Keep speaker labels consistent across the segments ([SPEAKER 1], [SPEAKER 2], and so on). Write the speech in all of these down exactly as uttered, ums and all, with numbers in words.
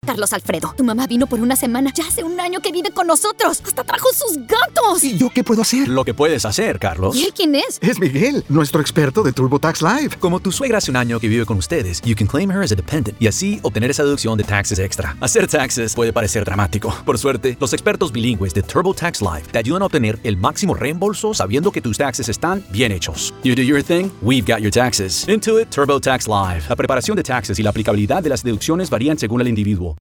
[SPEAKER 1] Carlos Alfredo, tu mamá vino por una semana. Ya hace un año que vive con nosotros. Hasta trajo sus gatos.
[SPEAKER 2] ¿Y yo qué puedo hacer?
[SPEAKER 3] Lo que puedes hacer, Carlos.
[SPEAKER 1] ¿Y él quién es?
[SPEAKER 2] Es Miguel, nuestro experto de TurboTax Live.
[SPEAKER 3] Como tu suegra hace un año que vive con ustedes, you can claim her as a dependent y así obtener esa deducción de taxes extra. Hacer taxes puede parecer dramático. Por suerte, los expertos bilingües de TurboTax Live te ayudan a obtener el máximo reembolso sabiendo que tus taxes están bien hechos. You do your thing, we've got your taxes. Intuit TurboTax Live. La preparación de taxes y la aplicabilidad de las deducciones varían según el individuo.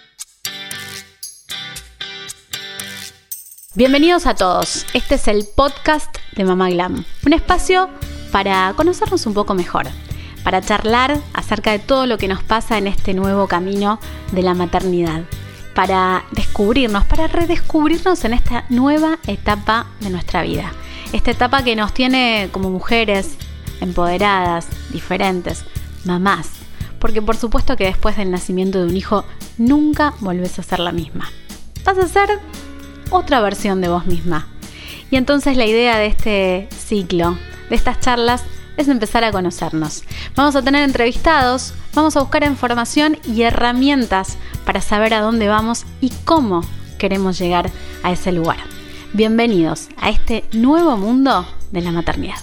[SPEAKER 4] Bienvenidos a todos. Este es el podcast de Mamá Glam. Un espacio para conocernos un poco mejor, para charlar acerca de todo lo que nos pasa en este nuevo camino de la maternidad, para descubrirnos, para redescubrirnos en esta nueva etapa de nuestra vida. Esta etapa que nos tiene como mujeres empoderadas, diferentes, mamás. Porque por supuesto que después del nacimiento de un hijo nunca volvés a ser la misma. Vas a ser otra versión de vos misma. Y entonces la idea de este ciclo, de estas charlas, es empezar a conocernos. Vamos a tener entrevistados, vamos a buscar información y herramientas para saber a dónde vamos y cómo queremos llegar a ese lugar. Bienvenidos a este nuevo mundo de la maternidad.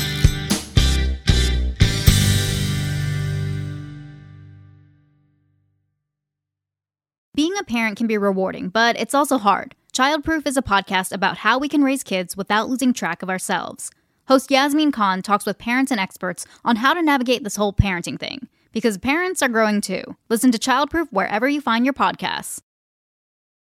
[SPEAKER 5] Being a parent can be rewarding, but it's also hard. Childproof is a podcast about how we can raise kids without losing track of ourselves. Host Yasmin Khan talks with parents and experts on how to navigate this whole parenting thing, because parents are growing too. Listen to Childproof wherever you find your podcasts.